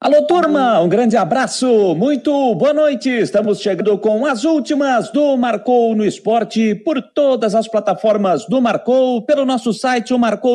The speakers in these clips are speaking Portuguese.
Alô, turma, um grande abraço, muito boa noite. Estamos chegando com as últimas do Marcou no Esporte por todas as plataformas do Marcou, pelo nosso site, o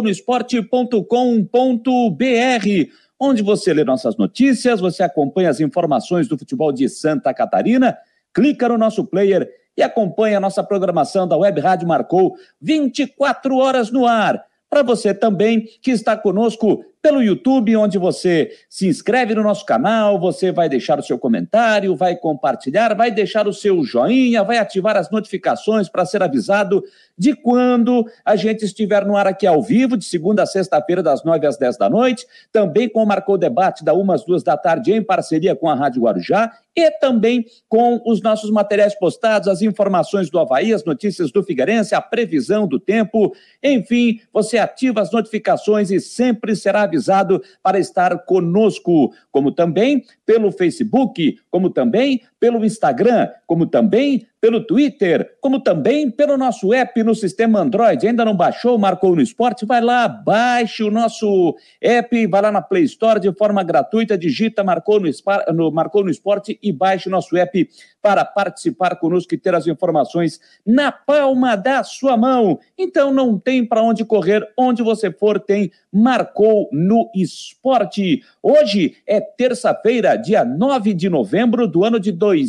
marcounoesporte.com.br, onde você lê nossas notícias, você acompanha as informações do futebol de Santa Catarina, clica no nosso player e acompanha a nossa programação da Web Rádio Marcou, 24 horas no ar. Para você também que está conosco pelo YouTube, onde você se inscreve no nosso canal, você vai deixar o seu comentário, vai compartilhar, vai deixar o seu joinha, vai ativar as notificações para ser avisado de quando a gente estiver no ar aqui ao vivo, de segunda a sexta-feira, das 9 às 10 da noite, também com o Marcou Debate, da 1 às 2 da tarde, em parceria com a Rádio Guarujá, e também com os nossos materiais postados, as informações do Avaí, as notícias do Figueirense, a previsão do tempo, enfim, você ativa as notificações e sempre será avisado para estar conosco, como também pelo Facebook, como também pelo Instagram, como também pelo Twitter, como também pelo nosso app no sistema Android. Ainda não baixou o Marcou no Esporte? Vai lá, baixe o nosso app, vai lá na Play Store de forma gratuita, digita Marcou no Esporte e baixe o nosso app para participar conosco e ter as informações na palma da sua mão. Então não tem para onde correr, onde você for tem Marcou no Esporte. Hoje é terça-feira, dia 9 de novembro do ano de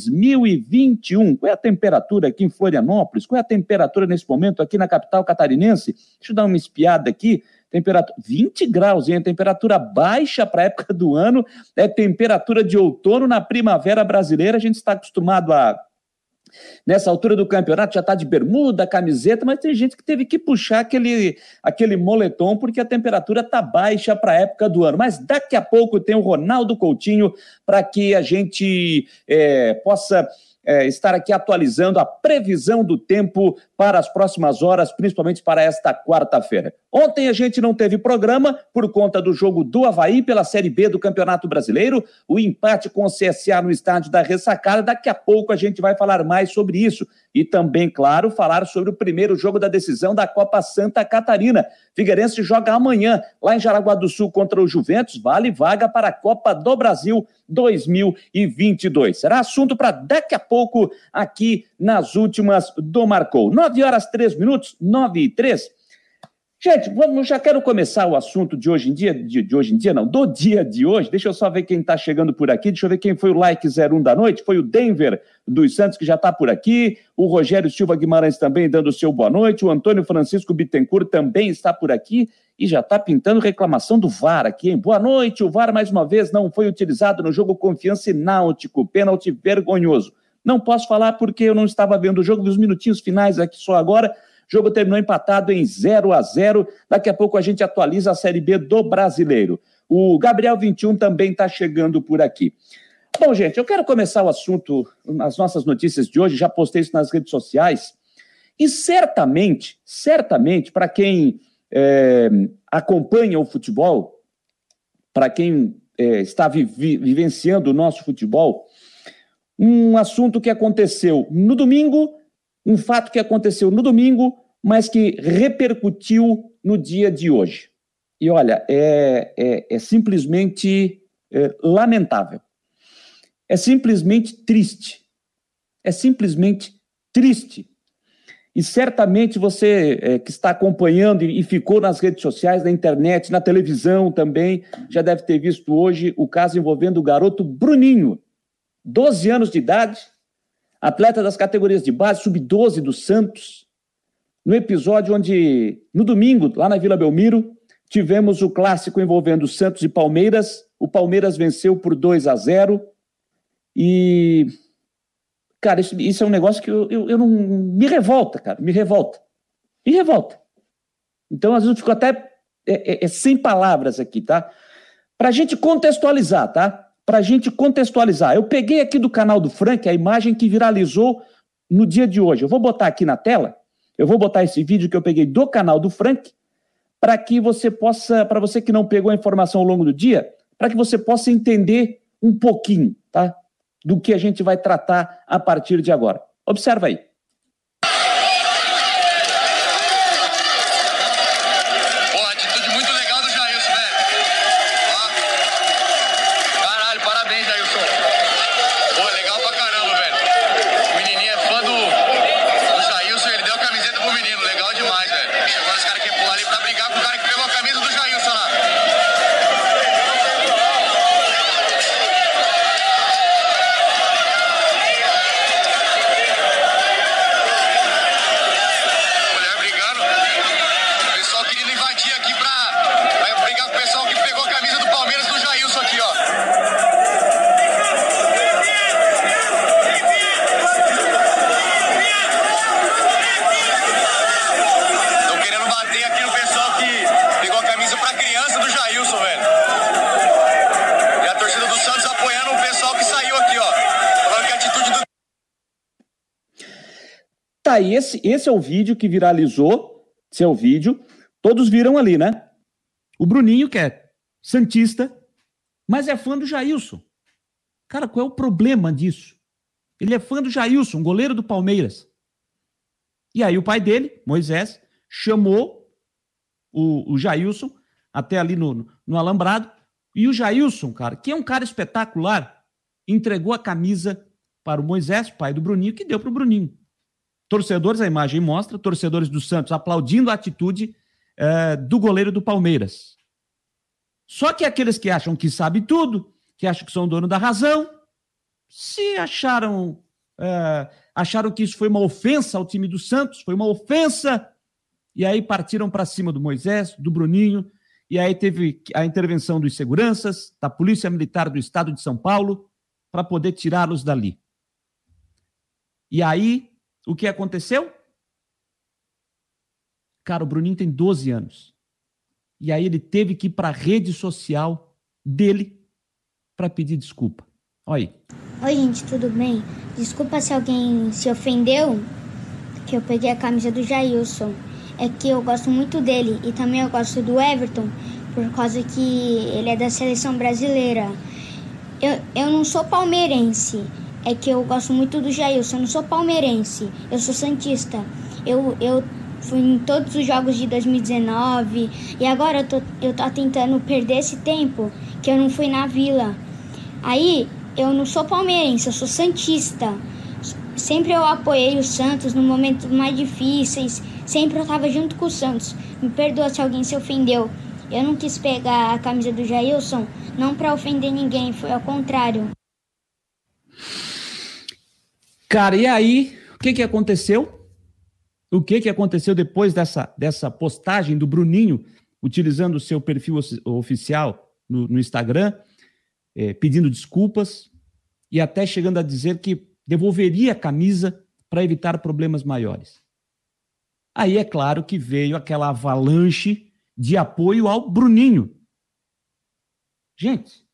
2021. Qual é a temperatura aqui em Florianópolis? Qual é a temperatura nesse momento aqui na capital catarinense? Deixa eu dar uma espiada aqui. Temperatura 20 graus, hein? Temperatura baixa para a época do ano, é temperatura de outono na primavera brasileira. A gente está acostumado a, nessa altura do campeonato, já está de bermuda, camiseta, mas tem gente que teve que puxar aquele moletom porque a temperatura está baixa para a época do ano. Mas daqui a pouco tem o Ronaldo Coutinho para que a gente possa estar aqui atualizando a previsão do tempo para as próximas horas, principalmente para esta quarta-feira. Ontem a gente não teve programa por conta do jogo do Avaí pela Série B do Campeonato Brasileiro, o empate com o CSA no estádio da Ressacada. Daqui a pouco a gente vai falar mais sobre isso e também, claro, falar sobre o primeiro jogo da decisão da Copa Santa Catarina. Figueirense joga amanhã lá em Jaraguá do Sul contra o Juventus, vale vaga para a Copa do Brasil 2022. Será assunto para daqui a pouco aqui nas últimas do Marcou. 9 horas 3 minutos, 9 e 3. Gente, já quero começar o assunto de hoje em dia, do dia de hoje. Deixa eu só ver quem está chegando por aqui, deixa eu ver quem foi o like 01 da noite, foi o Denver dos Santos, que já está por aqui, o Rogério Silva Guimarães também dando o seu boa noite, o Antônio Francisco Bittencourt também está por aqui e já está pintando reclamação do VAR aqui, hein? Boa noite, o VAR mais uma vez não foi utilizado no jogo Confiança e Náutico, pênalti vergonhoso. Não posso falar porque eu não estava vendo o jogo, vi os minutinhos finais aqui só agora. O jogo terminou empatado em 0-0. Daqui a pouco a gente atualiza a Série B do Brasileiro. O Gabriel 21 também está chegando por aqui. Bom, gente, eu quero começar o assunto, as nossas notícias de hoje, já postei isso nas redes sociais, e certamente, para quem acompanha o futebol, para quem está vivenciando o nosso futebol, um assunto que aconteceu no domingo, um fato que aconteceu no domingo, mas que repercutiu no dia de hoje. E olha, é simplesmente lamentável. É simplesmente triste. É simplesmente triste. E certamente você que está acompanhando e ficou nas redes sociais, na internet, na televisão também, já deve ter visto hoje o caso envolvendo o garoto Bruninho, 12 anos de idade, atleta das categorias de base, sub-12 do Santos, no episódio onde, no domingo, lá na Vila Belmiro, tivemos o clássico envolvendo Santos e Palmeiras. O Palmeiras venceu por 2-0 e, cara, isso é um negócio que eu não... Me revolta, cara, me revolta. Então, às vezes eu fico até sem palavras aqui, tá? Pra gente contextualizar, tá? Para a gente contextualizar. Eu peguei aqui do canal do Frank a imagem que viralizou no dia de hoje. Eu vou botar aqui na tela, eu vou botar esse vídeo que eu peguei do canal do Frank, para que você possa, para você que não pegou a informação ao longo do dia, para que você possa entender um pouquinho, tá? Do que a gente vai tratar a partir de agora. Observa aí. Pô, atitude muito legal do Jailson, velho. Ó. Caralho, aí, esse é o vídeo que viralizou, esse é o vídeo, todos viram ali, né? O Bruninho, que é santista, mas é fã do Jailson. Cara, qual é o problema disso? Ele é fã do Jailson, goleiro do Palmeiras. E aí o pai dele, Moisés, chamou o Jailson até ali no alambrado, e o Jailson, cara, que é um cara espetacular, entregou a camisa para o Moisés, pai do Bruninho, que deu para o Bruninho. Torcedores, a imagem mostra, torcedores do Santos aplaudindo a atitude do goleiro do Palmeiras. Só que aqueles que acham que sabem tudo, que acham que são dono da razão, se acharam que isso foi uma ofensa ao time do Santos, foi uma ofensa, e aí partiram para cima do Moisés, do Bruninho, e aí teve a intervenção dos seguranças, da Polícia Militar do Estado de São Paulo, para poder tirá-los dali. E aí, o que aconteceu? Cara, o Bruninho tem 12 anos. E aí ele teve que ir para a rede social dele para pedir desculpa. Olha aí. Oi, gente, tudo bem? Desculpa se alguém se ofendeu, que eu peguei a camisa do Jailson. É que eu gosto muito dele e também eu gosto do Everton, por causa que ele é da seleção brasileira. Eu não sou palmeirense, é que eu gosto muito do Jailson, eu não sou palmeirense, eu sou santista. Eu fui em todos os jogos de 2019 e agora eu tô tentando perder esse tempo que eu não fui na Vila. Aí, eu não sou palmeirense, eu sou santista. Sempre eu apoiei o Santos nos momentos mais difíceis, sempre eu estava junto com o Santos. Me perdoa se alguém se ofendeu. Eu não quis pegar a camisa do Jailson, não para ofender ninguém, foi ao contrário. Cara, e aí, o que aconteceu? O que aconteceu depois dessa postagem do Bruninho, utilizando o seu perfil oficial no Instagram, pedindo desculpas e até chegando a dizer que devolveria a camisa para evitar problemas maiores. Aí é claro que veio aquela avalanche de apoio ao Bruninho. Gente,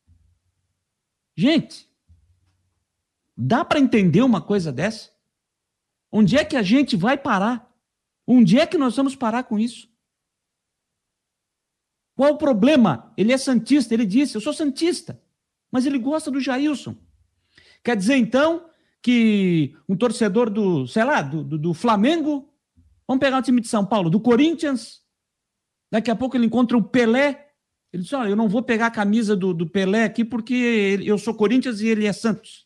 dá para entender uma coisa dessa? Onde é que a gente vai parar? Onde é que nós vamos parar com isso? Qual o problema? Ele é santista, ele disse, eu sou santista, mas ele gosta do Jailson. Quer dizer, então, que um torcedor do Flamengo, vamos pegar o time de São Paulo, do Corinthians, daqui a pouco ele encontra o Pelé, ele diz, olha, eu não vou pegar a camisa do Pelé aqui porque eu sou Corinthians e ele é Santos.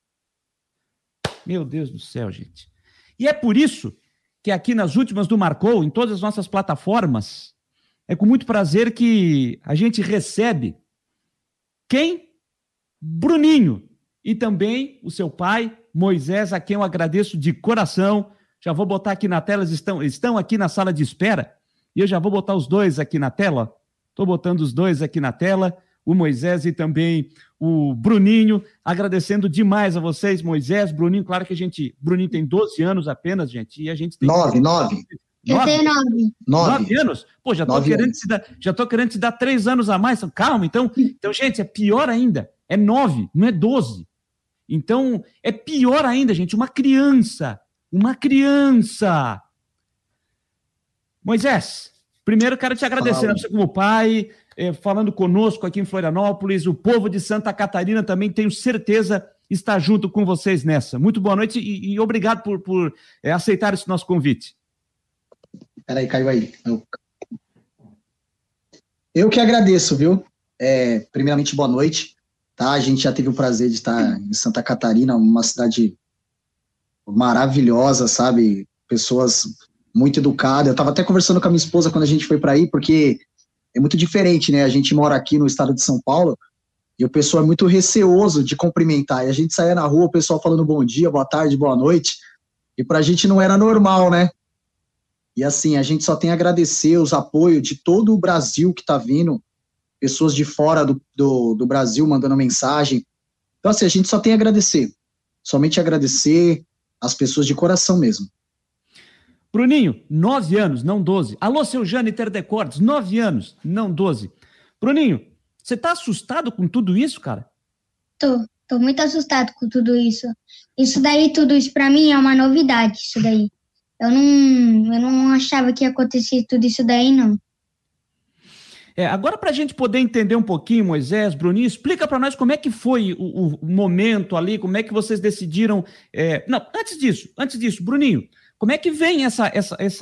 Meu Deus do céu, gente. E é por isso que aqui nas últimas do Marcou, em todas as nossas plataformas, é com muito prazer que a gente recebe quem? Bruninho. E também o seu pai, Moisés, a quem eu agradeço de coração. Já vou botar aqui na tela, eles estão aqui na sala de espera, e eu já vou botar os dois aqui na tela. Estou botando os dois aqui na tela, o Moisés e também o Bruninho, agradecendo demais a vocês, Moisés, Bruninho, claro que Bruninho tem 12 anos apenas, gente, e a gente tem... 9. Eu tenho 9. 9 anos? Pô, já tô querendo te dar 3 anos a mais, calma, então, gente, é pior ainda, é 9, não é 12. Então, é pior ainda, gente, uma criança. Moisés, primeiro quero te agradecer, você como pai, falando conosco aqui em Florianópolis, o povo de Santa Catarina também, tenho certeza, está junto com vocês nessa. Muito boa noite e obrigado por aceitar esse nosso convite. Peraí, caiu aí. Eu que agradeço, viu? Primeiramente, boa noite. Tá? A gente já teve o prazer de estar em Santa Catarina, uma cidade maravilhosa, sabe? Pessoas muito educadas. Eu estava até conversando com a minha esposa quando a gente foi para aí, porque é muito diferente, né? A gente mora aqui no estado de São Paulo e o pessoal é muito receoso de cumprimentar. E a gente saía na rua, o pessoal falando bom dia, boa tarde, boa noite. E para a gente não era normal, né? E assim, a gente só tem a agradecer os apoios de todo o Brasil que está vindo, pessoas de fora do Brasil mandando mensagem. Então, assim, a gente só tem a agradecer. Somente agradecer as pessoas de coração mesmo. Bruninho, 9 anos, não 12. Alô, seu Jâniter Decortes, 9 anos, não 12. Bruninho, você tá assustado com tudo isso, cara? Tô muito assustado com tudo isso. Tudo isso pra mim é uma novidade, isso daí. Eu não achava que ia acontecer tudo isso daí, não. Agora, para a gente poder entender um pouquinho, Moisés, Bruninho, explica para nós como é que foi o momento ali, como é que vocês decidiram. Não, antes disso, Bruninho, como é que vem essa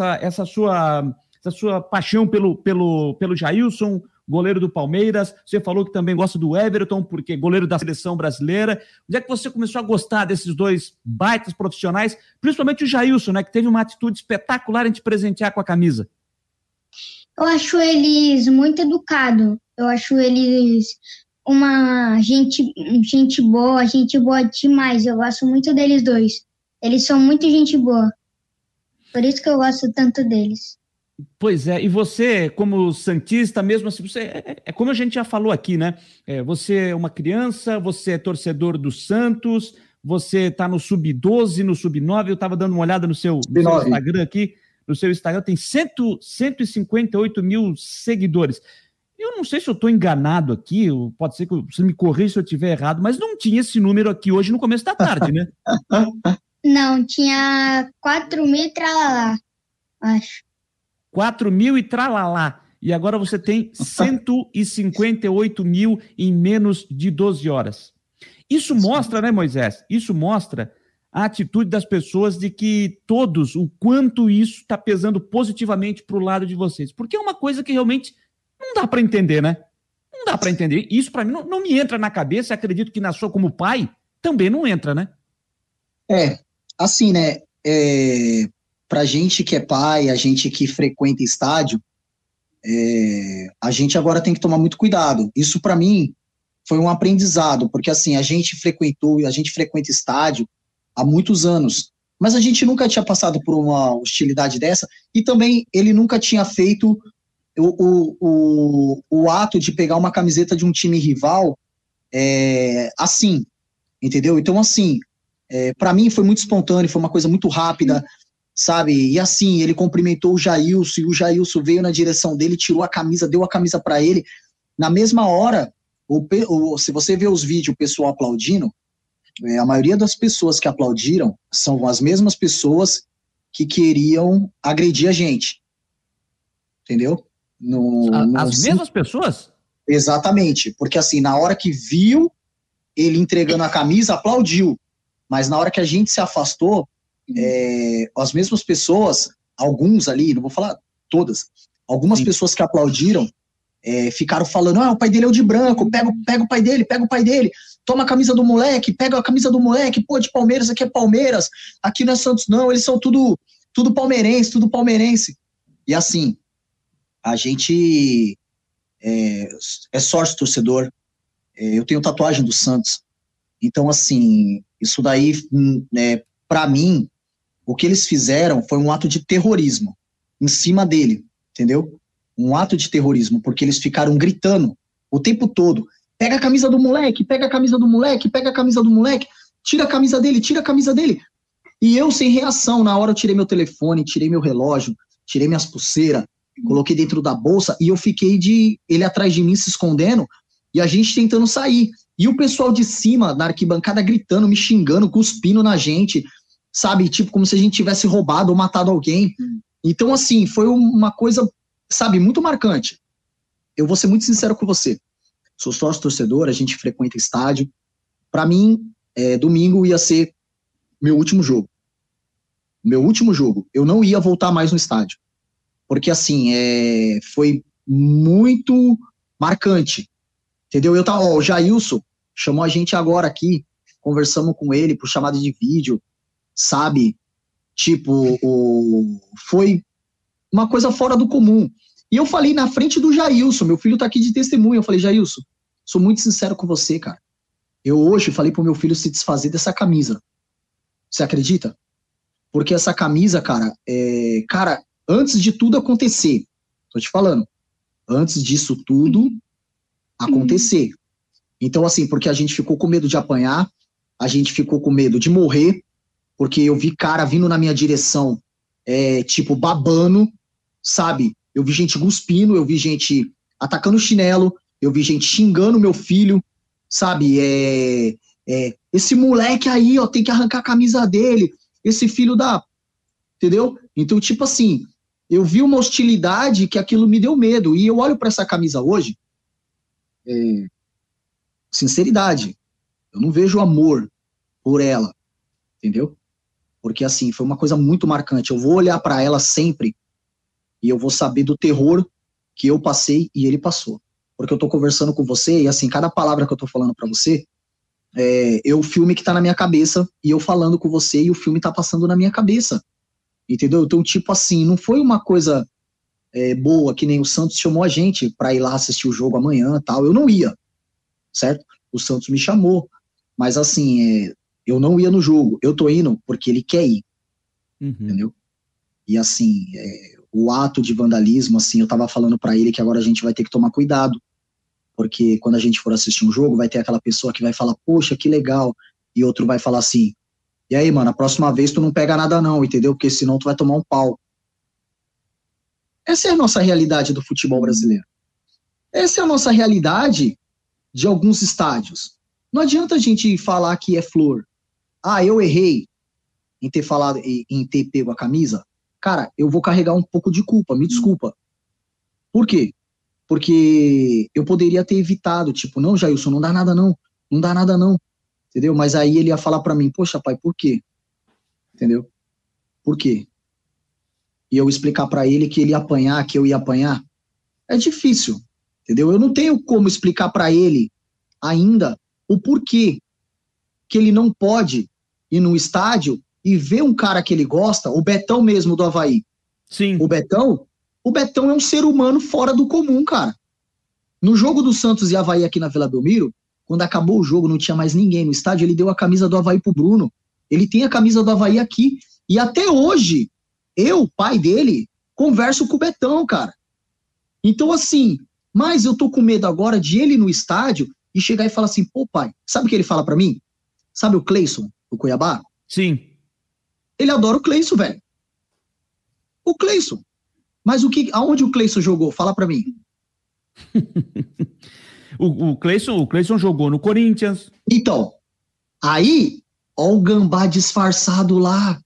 sua paixão pelo Jailson, goleiro do Palmeiras? Você falou que também gosta do Everton, porque goleiro da seleção brasileira. Onde é que você começou a gostar desses dois baitas profissionais, principalmente o Jailson, né, que teve uma atitude espetacular em te presentear com a camisa? Eu acho eles muito educados. Eu acho eles uma gente boa demais. Eu gosto muito deles dois. Eles são muito gente boa. Por isso que eu gosto tanto deles. Pois é, e você, como santista mesmo, assim, como a gente já falou aqui, né? Você é uma criança, você é torcedor do Santos, você está no Sub-12, no Sub-9, eu estava dando uma olhada no seu Instagram aqui, no seu Instagram tem 158 mil seguidores. Eu não sei se eu estou enganado aqui, pode ser que você me corrija se eu estiver errado, mas não tinha esse número aqui hoje no começo da tarde, né? Não, tinha 4.000 e tralalá, acho. 4.000 e tralalá. E agora você tem 158 mil em menos de 12 horas. Isso mostra, né, Moisés? Isso mostra a atitude das pessoas de que todos, o quanto isso está pesando positivamente para o lado de vocês. Porque é uma coisa que realmente não dá para entender, né? Não dá para entender. Isso para mim não me entra na cabeça, acredito que na sua como pai também não entra, né? Assim, né, pra gente que é pai, a gente que frequenta estádio, a gente agora tem que tomar muito cuidado. Isso para mim foi um aprendizado, porque assim, a gente frequenta estádio há muitos anos, mas a gente nunca tinha passado por uma hostilidade dessa, e também ele nunca tinha feito o ato de pegar uma camiseta de um time rival assim, entendeu? Então assim, para mim foi muito espontâneo, foi uma coisa muito rápida, sabe? E assim, ele cumprimentou o Jailson, e o Jailson veio na direção dele, tirou a camisa, deu a camisa para ele. Na mesma hora, se você vê os vídeos, o pessoal aplaudindo, a maioria das pessoas que aplaudiram são as mesmas pessoas que queriam agredir a gente. Entendeu? As mesmas pessoas? Exatamente, porque assim, na hora que viu ele entregando a camisa, aplaudiu. Mas na hora que a gente se afastou, as mesmas pessoas, alguns ali, não vou falar todas, algumas pessoas que aplaudiram ficaram falando, o pai dele é o de branco, pega o pai dele, toma a camisa do moleque, pega a camisa do moleque, pô, de Palmeiras, aqui é Palmeiras, aqui não é Santos não, eles são tudo palmeirense. E assim, a gente é sócio torcedor, eu tenho tatuagem do Santos, então assim, isso daí, pra mim, o que eles fizeram foi um ato de terrorismo em cima dele, entendeu? Um ato de terrorismo, porque eles ficaram gritando o tempo todo, pega a camisa do moleque, pega a camisa do moleque, pega a camisa do moleque, tira a camisa dele. E eu, sem reação, na hora eu tirei meu telefone, tirei meu relógio, tirei minhas pulseiras, coloquei dentro da bolsa, e eu fiquei ele atrás de mim se escondendo, e a gente tentando sair. E o pessoal de cima, na arquibancada, gritando, me xingando, cuspindo na gente, sabe? Tipo, como se a gente tivesse roubado ou matado alguém. Então, assim, foi uma coisa, sabe, muito marcante. Eu vou ser muito sincero com você. Sou sócio torcedor, a gente frequenta estádio. Para mim, domingo ia ser meu último jogo. Meu último jogo. Eu não ia voltar mais no estádio. Porque, assim, foi muito marcante. Entendeu? O Jailson chamou a gente agora aqui, conversamos com ele por chamada de vídeo, sabe? Tipo, foi uma coisa fora do comum. E eu falei na frente do Jailson, meu filho tá aqui de testemunha, eu falei, Jailson, sou muito sincero com você, cara. Eu hoje falei pro meu filho se desfazer dessa camisa. Você acredita? Porque essa camisa, cara, cara, antes de tudo acontecer, tô te falando, antes disso tudo acontecer. Então, assim, porque a gente ficou com medo de apanhar, a gente ficou com medo de morrer, porque eu vi cara vindo na minha direção, tipo, babando, sabe? Eu vi gente cuspindo, eu vi gente atacando chinelo, eu vi gente xingando meu filho, sabe? Esse moleque aí, ó, tem que arrancar a camisa dele, esse filho da... Entendeu? Então, tipo assim, eu vi uma hostilidade que aquilo me deu medo. E eu olho para essa camisa hoje, sinceridade, eu não vejo amor por ela, entendeu? Porque, assim, foi uma coisa muito marcante. Eu vou olhar para ela sempre e eu vou saber do terror que eu passei e ele passou. Porque eu tô conversando com você e, assim, cada palavra que eu tô falando para você, o filme que tá na minha cabeça e eu falando com você e o filme tá passando na minha cabeça, entendeu? Então, tipo assim, não foi uma coisa boa, que nem o Santos chamou a gente pra ir lá assistir o jogo amanhã, tal. Eu não ia, certo? O Santos me chamou, mas assim, eu não ia no jogo, eu tô indo porque ele quer ir, entendeu? E assim, o ato de vandalismo, assim, eu tava falando pra ele que agora a gente vai ter que tomar cuidado, porque quando a gente for assistir um jogo, vai ter aquela pessoa que vai falar, poxa, que legal, e outro vai falar assim, e aí, mano, a próxima vez tu não pega nada não, entendeu? Porque senão tu vai tomar um pau. Essa é a nossa realidade do futebol brasileiro. Essa é a nossa realidade de alguns estádios. Não adianta a gente falar que é flor. Ah, eu errei em ter falado, em ter pego a camisa. Cara, eu vou carregar um pouco de culpa, me desculpa. Por quê? Porque eu poderia ter evitado, tipo, não, Jailson, não dá nada não, não dá nada não, entendeu? Mas aí ele ia falar pra mim, poxa, pai, por quê? Entendeu? Por quê? E eu explicar pra ele que ele ia apanhar, que eu ia apanhar, é difícil, entendeu? Eu não tenho como explicar pra ele ainda o porquê que ele não pode ir no estádio e ver um cara que ele gosta, o Betão mesmo do Avaí. Sim. O Betão é um ser humano fora do comum, cara. No jogo do Santos e Avaí aqui na Vila Belmiro, quando acabou o jogo, não tinha mais ninguém no estádio, ele deu a camisa do Avaí pro Bruno. Ele tem a camisa do Avaí aqui. E até hoje, eu, pai dele, converso com o Betão, cara. Então, assim, mas eu tô com medo agora de ele no estádio e chegar e falar assim, pô, pai, sabe o que ele fala pra mim? Sabe o Cleison, do Cuiabá? Sim. Ele adora o Cleison, velho. O Cleison. Mas aonde o Cleison jogou? Fala pra mim. o Cleison jogou no Corinthians. Então, aí, ó o Gambá disfarçado lá.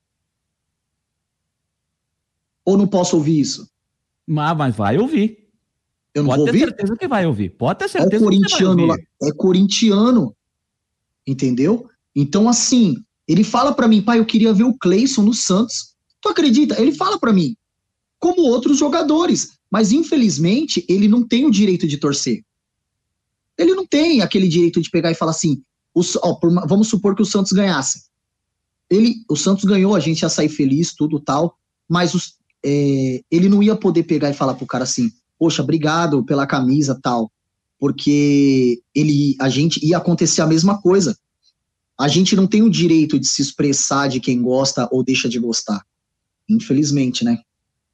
Ou não posso ouvir isso? Mas vai ouvir. Eu não Pode vou ter ouvir? certeza que vai ouvir. Pode ter certeza que vai ouvir. Lá. É corintiano. Entendeu? Então, assim, ele fala pra mim, pai, eu queria ver o Cleison no Santos. Tu acredita? Ele fala pra mim. Como outros jogadores. Mas, infelizmente, ele não tem o direito de torcer. Ele não tem aquele direito de pegar e falar assim, vamos supor que o Santos ganhasse. O Santos ganhou, a gente ia sair feliz, tudo tal, mas ele não ia poder pegar e falar pro cara assim, poxa, obrigado pela camisa, tal, porque a gente ia acontecer a mesma coisa. A gente não tem o direito de se expressar de quem gosta ou deixa de gostar. Infelizmente, né?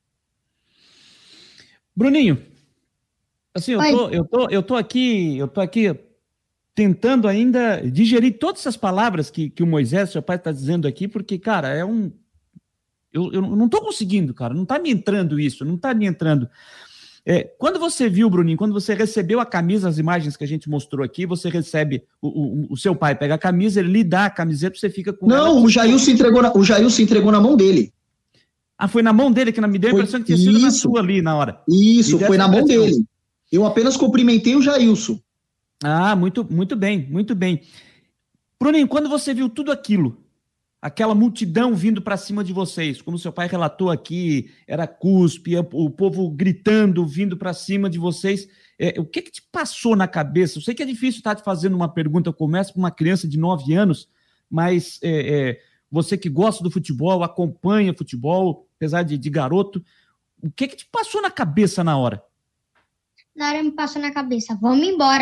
Bruninho, assim, eu tô aqui tentando ainda digerir todas essas palavras que o Moisés, seu pai, está dizendo aqui, porque, cara, eu não tô conseguindo, cara, não tá me entrando isso, não tá me entrando. Quando você viu, Bruninho, quando você recebeu a camisa, as imagens que a gente mostrou aqui, você recebe, o seu pai pega a camisa, ele lhe dá a camiseta, você fica com ela. Não, o Jailson entregou na mão dele. Ah, foi na mão dele que me deu a impressão que tinha sido na sua ali na hora. Isso, foi na mão dele. Eu apenas cumprimentei o Jailson. Ah, muito bem, muito bem. Bruninho, quando você viu tudo aquilo, aquela multidão vindo para cima de vocês, como seu pai relatou aqui, era cuspe, o povo gritando, vindo para cima de vocês, o que te passou na cabeça? Eu sei que é difícil estar te fazendo uma pergunta, eu começo com uma criança de 9 anos, mas você que gosta do futebol, acompanha futebol, apesar de garoto, o que te passou na cabeça na hora? Na hora me passou na cabeça, vamos embora.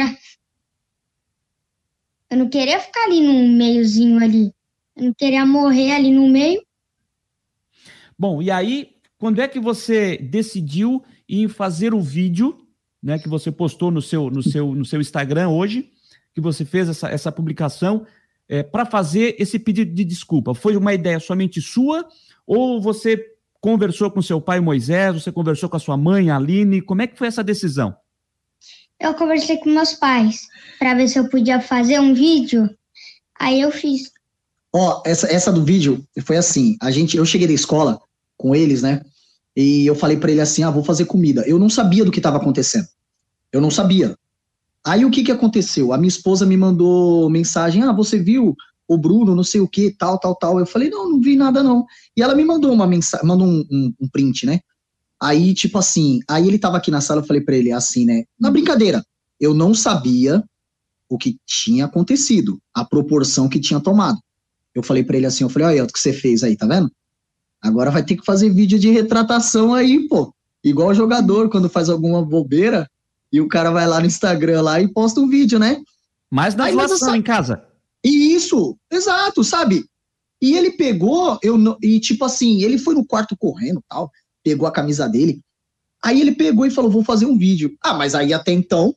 Eu não queria ficar ali no meiozinho ali. Eu não queria morrer ali no meio. Bom, e aí, quando é que você decidiu em fazer o vídeo, né, que você postou no seu Instagram hoje, que você fez essa publicação, para fazer esse pedido de desculpa? Foi uma ideia somente sua ou você conversou com seu pai Moisés, você conversou com a sua mãe Aline? Como é que foi essa decisão? Eu conversei com meus pais para ver se eu podia fazer um vídeo. Aí eu fiz. Essa do vídeo foi assim, eu cheguei da escola com eles, né? E eu falei pra ele assim, vou fazer comida. Eu não sabia do que estava acontecendo. Eu não sabia. Aí o que aconteceu? A minha esposa me mandou mensagem, você viu o Bruno, não sei o que, tal. Eu falei, não vi nada não. E ela me mandou uma mensagem, mandou um print, né? Aí, tipo assim, aí ele tava aqui na sala, eu falei pra ele assim, né? Na brincadeira, eu não sabia o que tinha acontecido, a proporção que tinha tomado. Eu falei pra ele assim, olha o que você fez aí, tá vendo? Agora vai ter que fazer vídeo de retratação aí, pô. Igual jogador, quando faz alguma bobeira, e o cara vai lá no Instagram lá e posta um vídeo, né? Mas na zoação em casa. E isso, exato, sabe? E ele pegou, e tipo assim, ele foi no quarto correndo, tal, pegou a camisa dele, aí ele pegou e falou, vou fazer um vídeo. Mas aí até então,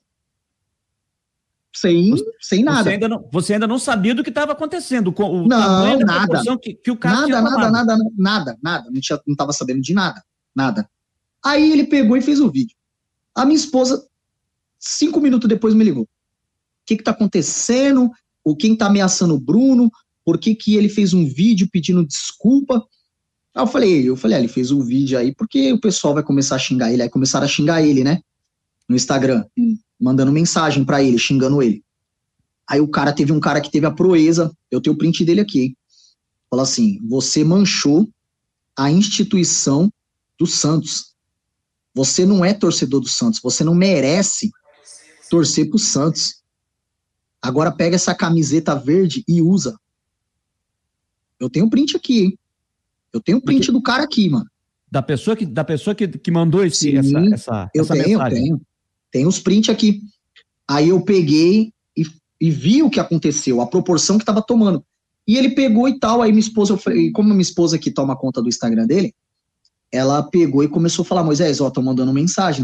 sem nada. Você ainda não sabia do que estava acontecendo, o não, tamanho da nada. proporção que o cara tinha tomado. Nada, não estava sabendo de nada. Aí ele pegou e fez o vídeo. A minha esposa, 5 minutos depois, me ligou. O que está acontecendo? Quem está ameaçando o Bruno? Por que ele fez um vídeo pedindo desculpa? Aí eu falei, ele fez um vídeo aí porque o pessoal vai começar a xingar ele. Aí começaram a xingar ele, né? No Instagram. Mandando mensagem pra ele, xingando ele. Aí teve um cara que teve a proeza, eu tenho o print dele aqui, hein? Fala assim, você manchou a instituição do Santos. Você não é torcedor do Santos, você não merece torcer pro Santos. Agora pega essa camiseta verde e usa. Eu tenho o print aqui, hein? Eu tenho o print do cara aqui, mano. Da pessoa que mandou essa mensagem. Eu tenho os prints aqui. Aí eu peguei e vi o que aconteceu, a proporção que tava tomando. E ele pegou e tal, aí minha esposa, como a minha esposa que toma conta do Instagram dele, ela pegou e começou a falar, Moisés, tô mandando mensagem.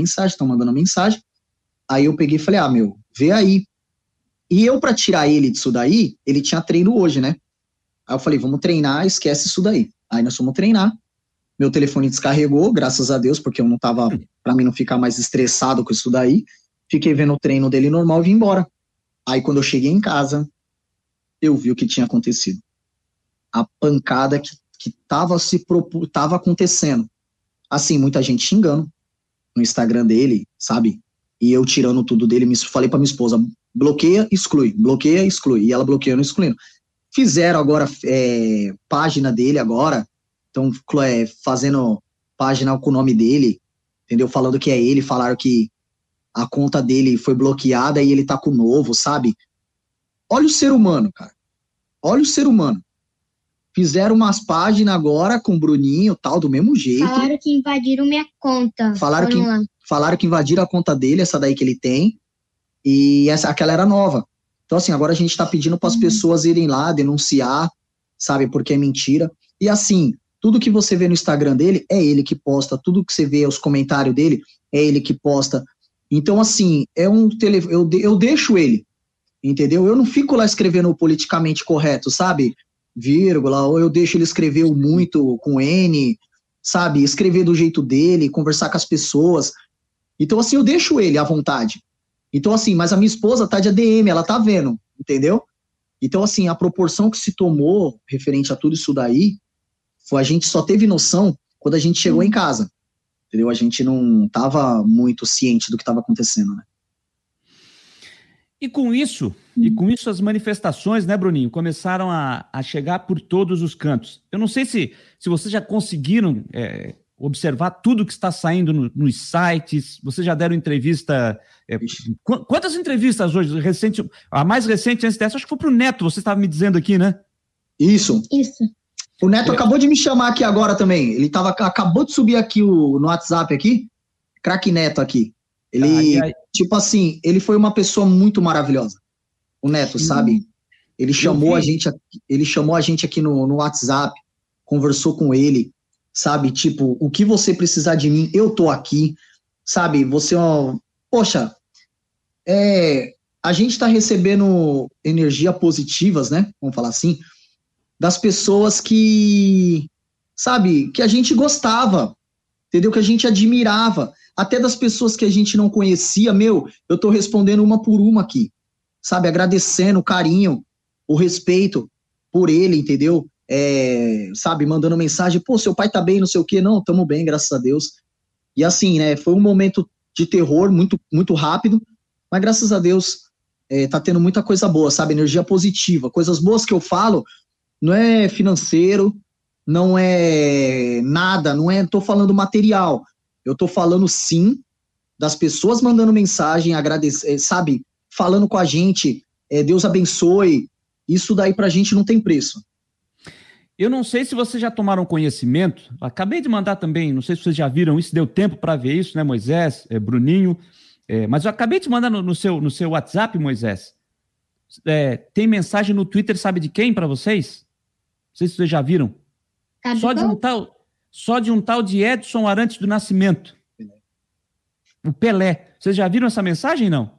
Aí eu peguei e falei, vê aí. E eu, pra tirar ele disso daí, ele tinha treino hoje, né? Aí eu falei, vamos treinar, esquece isso daí. Aí nós fomos treinar. Meu telefone descarregou, graças a Deus, porque eu não tava, pra mim não ficar mais estressado com isso daí. Fiquei vendo o treino dele normal e vim embora. Aí quando eu cheguei em casa, eu vi o que tinha acontecido. A pancada que tava acontecendo. Assim, muita gente xingando no Instagram dele, sabe? E eu tirando tudo dele, falei pra minha esposa, bloqueia, exclui. E ela bloqueando e excluindo. Fizeram agora página dele agora, estão fazendo página com o nome dele, entendeu? Falando que é ele, falaram que a conta dele foi bloqueada e ele tá com o novo, sabe? Olha o ser humano, cara. Olha o ser humano. Fizeram umas páginas agora com o Bruninho, tal, do mesmo jeito. Falaram que invadiram minha conta. Falaram que invadiram a conta dele, essa daí que ele tem, e aquela era nova. Então, assim, agora a gente tá pedindo para as pessoas irem lá denunciar, sabe, porque é mentira. E assim, tudo que você vê no Instagram dele, é ele que posta, tudo que você vê, os comentários dele, é ele que posta. Então, assim, eu deixo ele, entendeu? Eu não fico lá escrevendo o politicamente correto, sabe? Vírgula, ou eu deixo ele escrever o muito com N, sabe? Escrever do jeito dele, conversar com as pessoas. Então, assim, eu deixo ele à vontade. Então, assim, mas a minha esposa tá de ADM, ela tá vendo, entendeu? Então, assim, a proporção que se tomou referente a tudo isso daí, a gente só teve noção quando a gente chegou em casa, entendeu? A gente não tava muito ciente do que estava acontecendo, né? E com isso as manifestações, né, Bruninho, começaram a chegar por todos os cantos. Eu não sei se vocês já conseguiram observar tudo que está saindo nos sites. Vocês já deram entrevista... quantas entrevistas hoje? A mais recente antes dessa, acho que foi para o Neto, você estava me dizendo aqui, né? Isso. O Neto acabou de me chamar aqui agora também. Ele acabou de subir aqui no WhatsApp aqui. Craque Neto aqui. Ele, tipo assim, ele foi uma pessoa muito maravilhosa. O Neto, sabe? Ele chamou a gente aqui no WhatsApp, conversou com ele, sabe? Tipo, o que você precisar de mim, eu tô aqui, sabe? Poxa, a gente tá recebendo energia positivas, né? Vamos falar assim, das pessoas que, sabe, que a gente gostava, entendeu? Que a gente admirava, até das pessoas que a gente não conhecia. Eu tô respondendo uma por uma aqui, sabe? Agradecendo o carinho, o respeito por ele, entendeu? sabe, mandando mensagem, pô, seu pai tá bem, não sei o quê. Não, tamo bem, graças a Deus. E assim, né, foi um momento de terror muito, muito rápido, mas graças a Deus tá tendo muita coisa boa, sabe, energia positiva. Coisas boas que eu falo não é financeiro, não é nada, tô falando material. Eu tô falando, sim, das pessoas mandando mensagem, agradecer, sabe, falando com a gente, Deus abençoe. Isso daí pra gente não tem preço. Eu não sei se vocês já tomaram conhecimento, acabei de mandar também, não sei se vocês já viram isso, deu tempo para ver isso, né, Moisés, Bruninho, mas eu acabei de mandar no seu WhatsApp, Moisés. Tem mensagem no Twitter, sabe de quem para vocês? Não sei se vocês já viram. Só de um tal de Edson Arantes do Nascimento. O Pelé. Vocês já viram essa mensagem, não?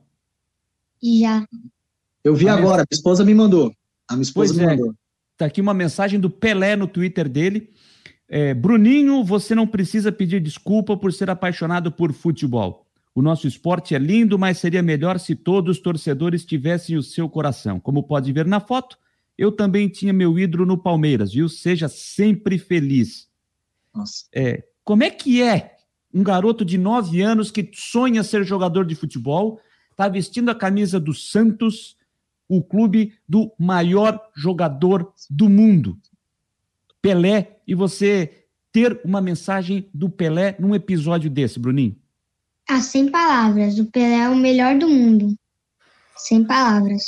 Já. Eu vi agora, minha esposa me mandou. A minha esposa me mandou. Tá aqui uma mensagem do Pelé no Twitter dele. Bruninho, você não precisa pedir desculpa por ser apaixonado por futebol. O nosso esporte é lindo, mas seria melhor se todos os torcedores tivessem o seu coração. Como pode ver na foto, eu também tinha meu ídolo no Palmeiras, viu? Seja sempre feliz. Nossa. Como é que é um garoto de 9 anos que sonha ser jogador de futebol, tá vestindo a camisa do Santos, o clube do maior jogador do mundo, Pelé, e você ter uma mensagem do Pelé num episódio desse, Bruninho? Sem palavras. O Pelé é o melhor do mundo. Sem palavras.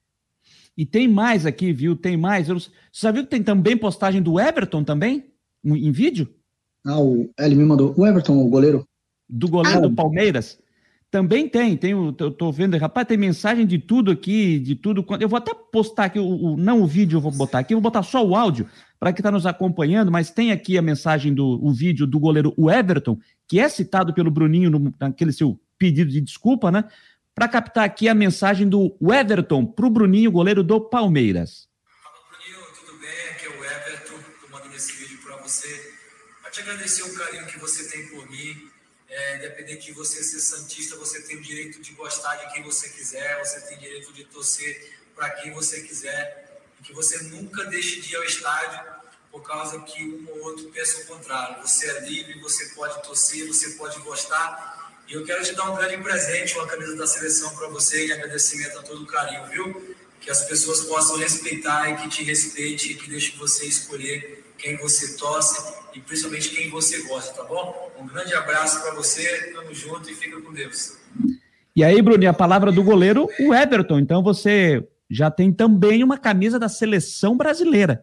E tem mais aqui, viu? Tem mais. Você já viu que tem também postagem do Everton também? Em vídeo? Ele me mandou. O Everton, o goleiro? Do goleiro do Palmeiras? Também tem, eu tô vendo, rapaz, tem mensagem de tudo aqui, de tudo. Eu vou até postar aqui, não o vídeo eu vou botar aqui, eu vou botar só o áudio para quem está nos acompanhando, mas tem aqui a mensagem o vídeo do goleiro o Everton, que é citado pelo Bruninho naquele seu pedido de desculpa, né? Para captar aqui a mensagem do Everton para o Bruninho, goleiro do Palmeiras. Fala, Bruninho, tudo bem? Aqui é o Everton, tô mandando esse vídeo para você, para te agradecer o carinho que você tem por mim. Independente de você ser santista, você tem o direito de gostar de quem você quiser, você tem direito de torcer para quem você quiser, e que você nunca deixe de ir ao estádio por causa que um ou outro pensa o contrário. Você é livre, você pode torcer, você pode gostar, e eu quero te dar um grande presente, uma camisa da seleção para você, em agradecimento a todo o carinho, viu? Que as pessoas possam respeitar e que te respeite, e que deixe você escolher quem você torce e principalmente quem você gosta, tá bom? Um grande abraço para você, tamo junto e fica com Deus. E aí, Bruninho, a palavra do goleiro, o Everton. Então você já tem também uma camisa da seleção brasileira.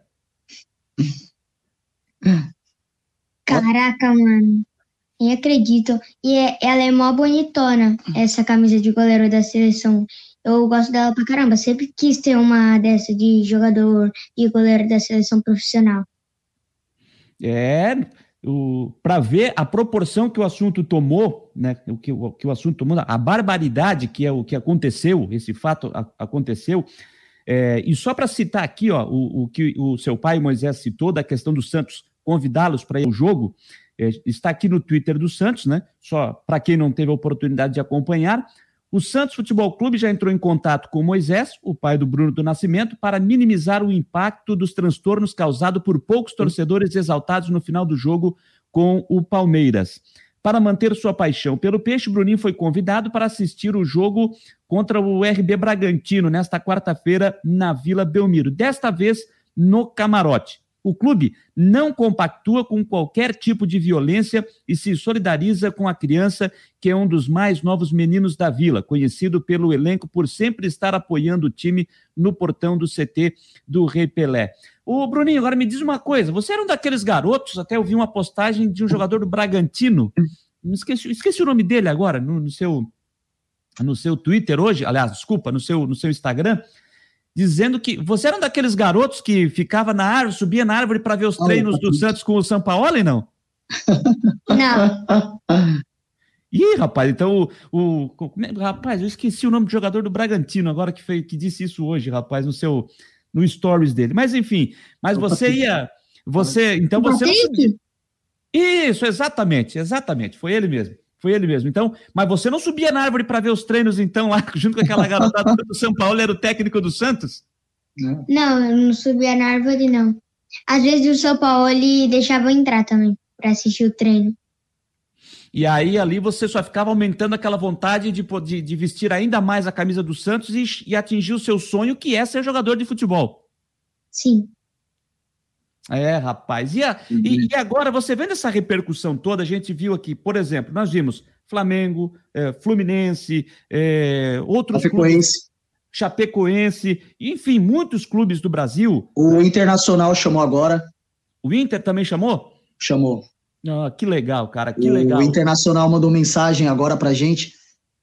Caraca, mano. Nem acredito. E ela é mó bonitona, essa camisa de goleiro da seleção. Eu gosto dela pra caramba. Sempre quis ter uma dessa de jogador e goleiro da seleção profissional. Para ver a proporção que o assunto tomou, né? O que o assunto tomou, a barbaridade que é o que aconteceu, esse fato aconteceu. E só para citar aqui, ó, o que o seu pai Moisés citou da questão do Santos convidá-los para ir ao jogo, está aqui no Twitter do Santos, né? Só para quem não teve a oportunidade de acompanhar. O Santos Futebol Clube já entrou em contato com o Moisés, o pai do Bruno do Nascimento, para minimizar o impacto dos transtornos causados por poucos torcedores exaltados no final do jogo com o Palmeiras. Para manter sua paixão pelo peixe, Bruninho foi convidado para assistir o jogo contra o RB Bragantino, nesta quarta-feira, na Vila Belmiro. Desta vez, no camarote. O clube não compactua com qualquer tipo de violência e se solidariza com a criança, que é um dos mais novos meninos da vila, conhecido pelo elenco por sempre estar apoiando o time no portão do CT do Rei Pelé. Ô, Bruninho, agora me diz uma coisa, você era um daqueles garotos, até eu vi uma postagem de um jogador do Bragantino, esqueci o nome dele agora, no seu Twitter hoje, aliás, desculpa, no seu Instagram, dizendo que você era um daqueles garotos que ficava na árvore, subia na árvore para ver os treinos do Santos com o Sampaoli, não? Não. Ih, rapaz, então rapaz, eu esqueci o nome do jogador do Bragantino agora que disse isso hoje, rapaz, no stories dele. Mas enfim, então você não subia. Isso, exatamente, foi ele mesmo. Então, mas você não subia na árvore para ver os treinos, então, lá, junto com aquela garotada do São Paulo, era o técnico do Santos? Não, eu não subia na árvore, não. Às vezes o São Paulo ele deixava eu entrar também para assistir o treino. E aí ali você só ficava aumentando aquela vontade de vestir ainda mais a camisa do Santos e atingir o seu sonho, que é ser jogador de futebol. Sim. É, rapaz. E agora, você vendo essa repercussão toda, a gente viu aqui, por exemplo, nós vimos Flamengo, Fluminense, outros clubes, Chapecoense, enfim, muitos clubes do Brasil. O Internacional chamou agora. O Inter também chamou? Chamou. Ah, que legal, cara, que legal. O Internacional mandou mensagem agora pra gente,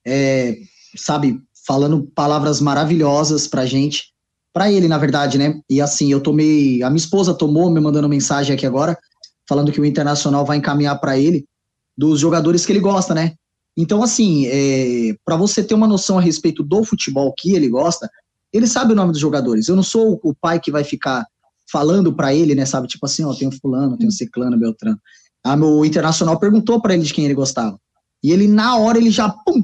sabe, falando palavras maravilhosas pra gente, pra ele, na verdade, né? E assim, a minha esposa tomou, me mandando mensagem aqui agora, falando que o Internacional vai encaminhar pra ele dos jogadores que ele gosta, né? Então, assim, pra você ter uma noção a respeito do futebol que ele gosta, ele sabe o nome dos jogadores. Eu não sou o pai que vai ficar falando pra ele, né, sabe? Tipo assim, ó, tem o fulano, tem o ciclano, Beltrano. O Internacional perguntou pra ele de quem ele gostava. E ele, na hora, ele já pum.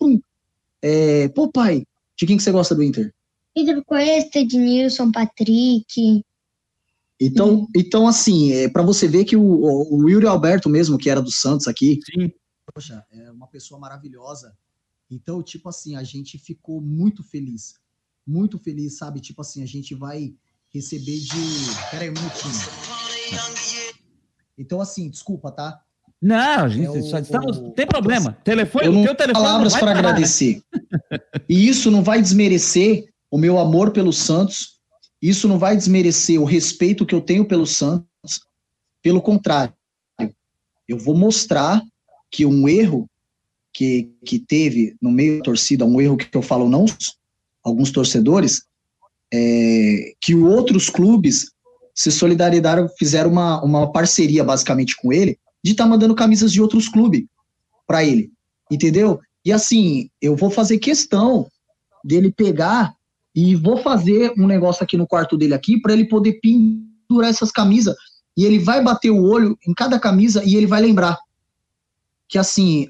Pô, pai, de quem que você gosta do Inter? Pedro Cuesta, Ednilson, Patrick. Então assim, pra você ver que o Yuri Alberto mesmo, que era do Santos aqui, sim, poxa, é uma pessoa maravilhosa. Então, tipo assim, a gente ficou muito feliz, sabe? Tipo assim, a gente vai receber Pera aí um minutinho. Então, assim, desculpa, tá? Não, gente, só estamos... Tem problema. Eu não tenho palavras para agradecer. E isso não vai desmerecer o meu amor pelo Santos. Isso não vai desmerecer o respeito que eu tenho pelo Santos. Pelo contrário, eu vou mostrar que um erro que teve no meio da torcida, um erro que eu falo não, alguns torcedores, que outros clubes se solidarizaram, fizeram uma parceria basicamente com ele, de estar mandando camisas de outros clubes para ele, entendeu? E assim, eu vou fazer questão dele pegar e vou fazer um negócio aqui no quarto dele aqui para ele poder pendurar essas camisas, e ele vai bater o olho em cada camisa e ele vai lembrar que assim,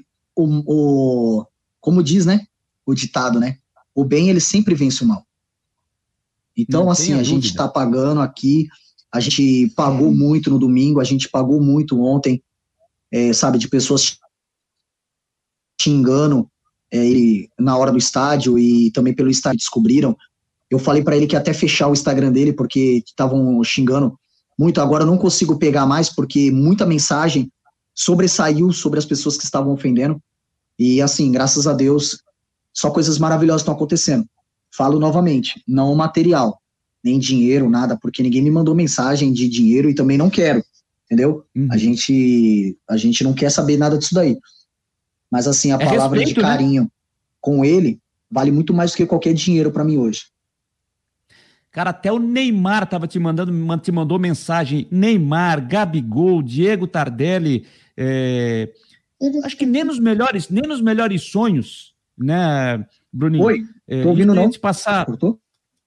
como diz, né, o ditado, né, o bem ele sempre vence o mal. Então, não, assim, a gente está pagando aqui, a gente pagou muito no domingo, a gente pagou muito ontem, sabe, de pessoas xingando ele na hora do estádio e também pelo estádio descobriram. Eu falei para ele que ia até fechar o Instagram dele porque estavam xingando muito. Agora eu não consigo pegar mais porque muita mensagem sobressaiu sobre as pessoas que estavam ofendendo. E assim, graças a Deus, só coisas maravilhosas estão acontecendo. Falo novamente, não material, nem dinheiro, nada, porque ninguém me mandou mensagem de dinheiro e também não quero, entendeu? A gente não quer saber nada disso daí. Mas assim, a palavra respeito, de carinho, né, com ele, vale muito mais do que qualquer dinheiro para mim hoje. Cara, até o Neymar te mandou mensagem. Neymar, Gabigol, Diego Tardelli, acho que nem nos melhores sonhos, né, Bruninho? Oi, tô ouvindo não? Passar... Cortou?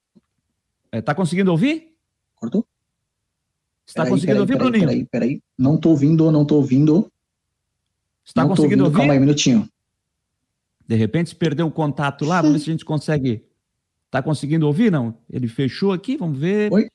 Tá conseguindo ouvir? Cortou? Está conseguindo ouvir, Bruninho? Peraí. Não tô ouvindo. Está conseguindo ouvir? Calma aí, um minutinho. De repente, perdeu o contato lá, vamos ver se a gente consegue... Tá conseguindo ouvir, não? Ele fechou aqui, vamos ver. Oi?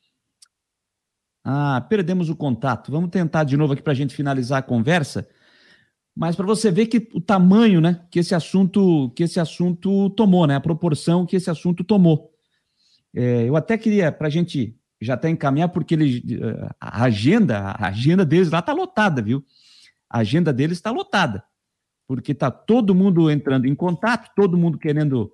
Perdemos o contato. Vamos tentar de novo aqui para a gente finalizar a conversa. Mas para você ver que o tamanho, né, que esse assunto tomou, né, a proporção que esse assunto tomou. Eu até queria, para a gente já até encaminhar, porque a agenda deles lá está lotada, viu? A agenda deles está lotada, porque está todo mundo entrando em contato, todo mundo querendo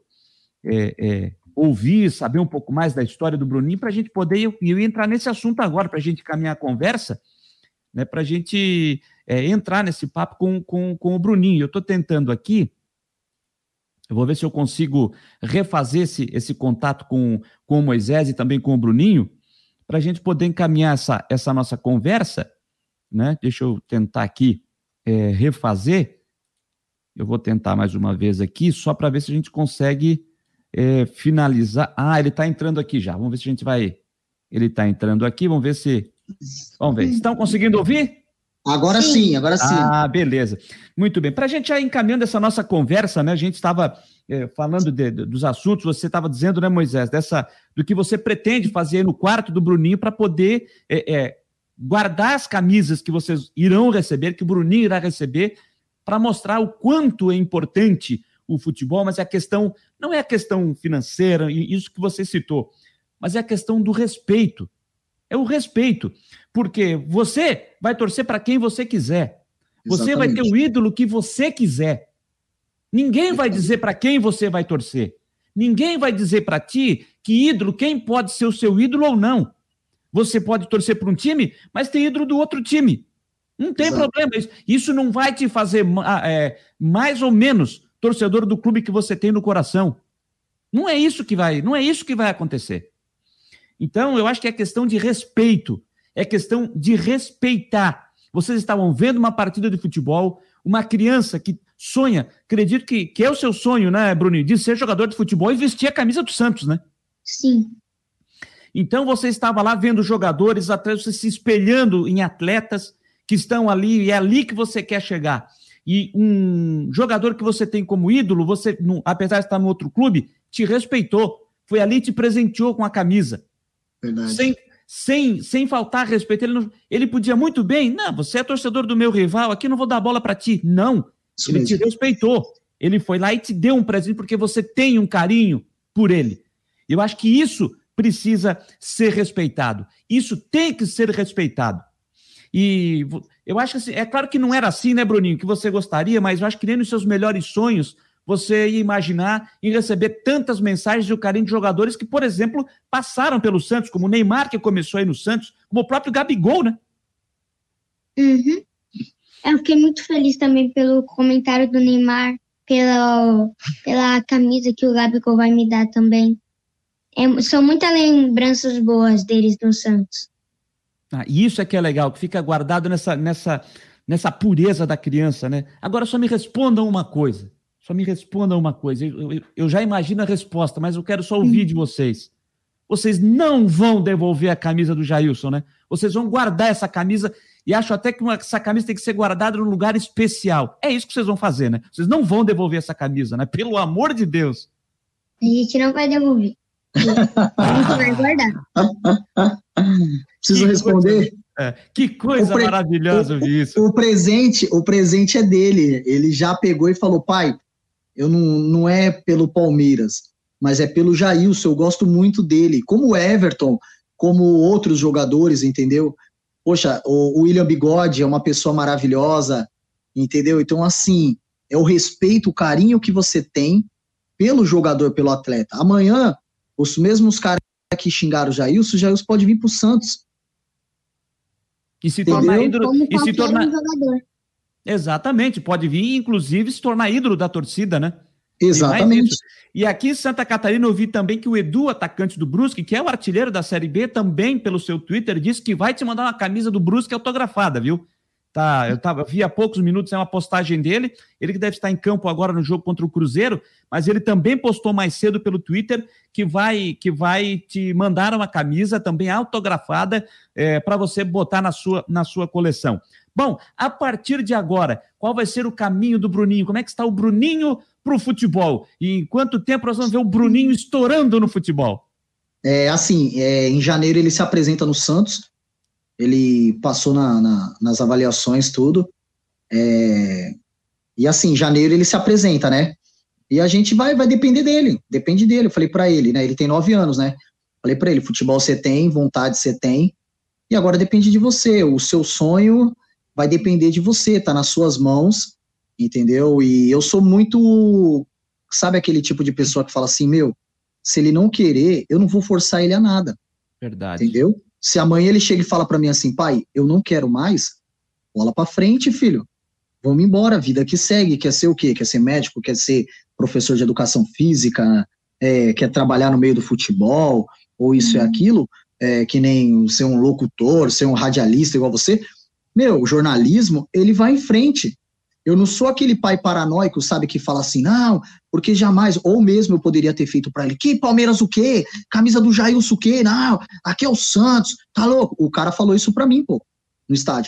ouvir, saber um pouco mais da história do Bruninho, para a gente poder, eu ia entrar nesse assunto agora, para a gente caminhar a conversa, né, para a gente entrar nesse papo com o Bruninho. Eu estou tentando aqui, eu vou ver se eu consigo refazer esse contato com o Moisés e também com o Bruninho, para a gente poder encaminhar essa nossa conversa, né? Deixa eu tentar aqui refazer, eu vou tentar mais uma vez aqui, só para ver se a gente consegue finalizar. Ele está entrando aqui já. Vamos ver se a gente vai... Ele está entrando aqui, vamos ver se... Vamos ver. Estão conseguindo ouvir? Agora sim, agora sim. Ah, beleza. Muito bem. Para a gente já encaminhando essa nossa conversa, né? A gente estava falando dos assuntos, você estava dizendo, né, Moisés, do que você pretende fazer no quarto do Bruninho para poder guardar as camisas que vocês irão receber, que o Bruninho irá receber, para mostrar o quanto é importante o futebol, mas não é a questão financeira, isso que você citou, mas é a questão do respeito. É o respeito, porque você vai torcer para quem você quiser. Você Exatamente. vai ter o ídolo que você quiser. Ninguém vai dizer para quem você vai torcer. Ninguém vai dizer para ti que ídolo, quem pode ser o seu ídolo ou não. Você pode torcer para um time, mas tem ídolo do outro time. Não tem problema. Isso não vai te fazer mais ou menos torcedor do clube que você tem no coração. Não é isso que vai acontecer. Então, eu acho que é questão de respeito, é questão de respeitar. Vocês estavam vendo uma partida de futebol, uma criança que sonha, acredito que é o seu sonho, né, Bruninho, de ser jogador de futebol e vestir a camisa do Santos, né? Sim. Então, você estava lá vendo jogadores, até você se espelhando em atletas que estão ali, e é ali que você quer chegar. E um jogador que você tem como ídolo, você, apesar de estar no outro clube, te respeitou, foi ali e te presenteou com a camisa. Verdade. Sem faltar respeito. Ele podia muito bem, não, você é torcedor do meu rival, aqui não vou dar bola para ti. Não, Isso ele mesmo. te respeitou. Ele foi lá e te deu um presente porque você tem um carinho por ele. Eu acho que isso precisa ser respeitado. Isso tem que ser respeitado. E eu acho que assim, é claro que não era assim, né, Bruninho, que você gostaria, mas eu acho que nem nos seus melhores sonhos você ia imaginar em receber tantas mensagens e o carinho de jogadores que, por exemplo, passaram pelo Santos, como o Neymar, que começou aí no Santos, como o próprio Gabigol, né? Uhum. Eu fiquei muito feliz também pelo comentário do Neymar, pela camisa que o Gabigol vai me dar também. São muitas lembranças boas deles no Santos. E isso é que é legal, que fica guardado nessa pureza da criança, né? Agora só me respondam uma coisa. Eu já imagino a resposta, mas eu quero só ouvir de vocês. Vocês não vão devolver a camisa do Jailson, né? Vocês vão guardar essa camisa e acho até que essa camisa tem que ser guardada num lugar especial. É isso que vocês vão fazer, né? Vocês não vão devolver essa camisa, né? Pelo amor de Deus. A gente não vai devolver. A gente vai guardar. Preciso responder? Que coisa maravilhosa ouvir isso. O presente é dele. Ele já pegou e falou, pai, eu não é pelo Palmeiras, mas é pelo Jailson, eu gosto muito dele. Como o Everton, como outros jogadores, entendeu? Poxa, o William Bigode é uma pessoa maravilhosa, entendeu? Então, assim, é o respeito, o carinho que você tem pelo jogador, pelo atleta. Amanhã, os mesmos caras que xingaram o Jailson pode vir pro Santos. E se tornar ídolo. Como qualquer jogador. Exatamente, pode vir, inclusive, se tornar ídolo da torcida, né? Exatamente. E aqui em Santa Catarina eu vi também que o Edu, atacante do Brusque, que é o artilheiro da Série B, também pelo seu Twitter, disse que vai te mandar uma camisa do Brusque autografada, viu? Eu vi há poucos minutos uma postagem dele, ele que deve estar em campo agora no jogo contra o Cruzeiro, mas ele também postou mais cedo pelo Twitter que vai te mandar uma camisa também autografada para você botar na sua coleção. Bom, a partir de agora, qual vai ser o caminho do Bruninho? Como é que está o Bruninho pro futebol? E em quanto tempo nós vamos ver o Bruninho estourando no futebol? Em janeiro ele se apresenta no Santos, ele passou nas avaliações, tudo, e assim, em janeiro ele se apresenta, né? E a gente vai depende dele, eu falei pra ele, né? Ele tem 9 anos, né? Falei pra ele, futebol você tem, vontade você tem, e agora depende de você, o seu sonho vai depender de você, tá nas suas mãos, entendeu? E eu sou muito, sabe aquele tipo de pessoa que fala assim, se ele não querer, eu não vou forçar ele a nada. Verdade. Entendeu? Se amanhã ele chega e fala pra mim assim, pai, eu não quero mais, bola pra frente, filho. Vamos embora, vida que segue, quer ser o quê? Quer ser médico, quer ser professor de educação física, quer trabalhar no meio do futebol, ou isso e aquilo, que nem ser um locutor, ser um radialista igual você. O jornalismo, ele vai em frente. Eu não sou aquele pai paranoico, sabe, que fala assim, não, porque jamais, ou mesmo eu poderia ter feito pra ele, que Palmeiras o quê? Camisa do Jailson o quê? Não, aqui é o Santos, tá louco? O cara falou isso pra mim, no estádio.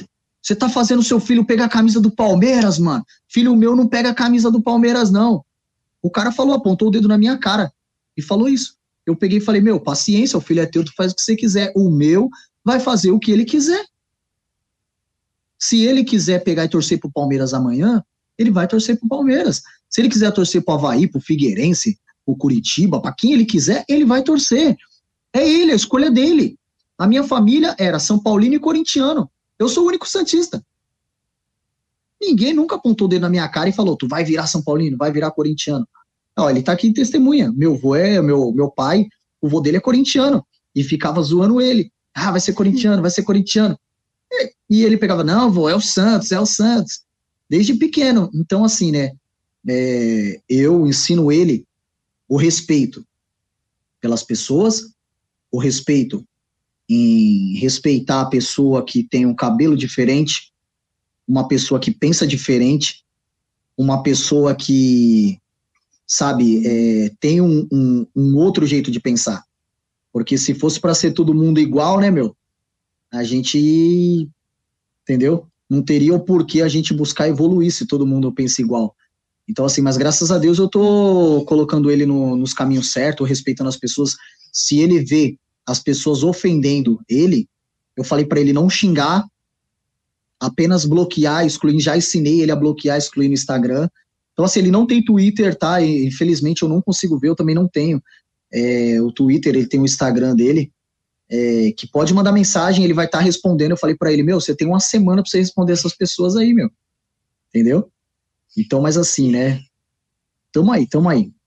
Você tá fazendo seu filho pegar a camisa do Palmeiras, mano. Filho meu não pega a camisa do Palmeiras, não. O cara falou, apontou o dedo na minha cara e falou isso. Eu peguei e falei, meu, paciência, o filho é teu, tu faz o que você quiser. O meu vai fazer o que ele quiser. Se ele quiser pegar e torcer pro Palmeiras amanhã, ele vai torcer pro Palmeiras. Se ele quiser torcer pro Avaí, pro Figueirense, pro Curitiba, pra quem ele quiser, ele vai torcer. É ele, a escolha dele. A minha família era São Paulino e corintiano. Eu sou o único santista. Ninguém nunca apontou o dedo na minha cara e falou, tu vai virar São Paulino, vai virar corintiano. Não, ele tá aqui em testemunha. Meu avô meu pai, o vô dele é corintiano. E ficava zoando ele. Ah, vai ser corintiano, vai ser corintiano. E ele pegava, não, vô, é o Santos. Desde pequeno. Então, assim, né, eu ensino ele o respeito pelas pessoas, o respeito em respeitar a pessoa que tem um cabelo diferente, uma pessoa que pensa diferente, uma pessoa que, sabe, tem um outro jeito de pensar. Porque se fosse para ser todo mundo igual, né, meu, a gente, entendeu? Não teria o porquê a gente buscar evoluir se todo mundo pensa igual. Então, assim, mas graças a Deus eu tô colocando ele nos caminhos certos, respeitando as pessoas. Se ele vê as pessoas ofendendo ele, eu falei para ele não xingar, apenas bloquear, excluir. Já ensinei ele a bloquear, excluir no Instagram. Então, assim, ele não tem Twitter, tá? E, infelizmente eu não consigo ver, eu também não tenho. O Twitter, ele tem o Instagram dele, que pode mandar mensagem, ele vai estar respondendo. Eu falei para ele, meu, você tem uma semana para você responder essas pessoas aí, meu. Entendeu? Então, mas assim, né? Tamo aí.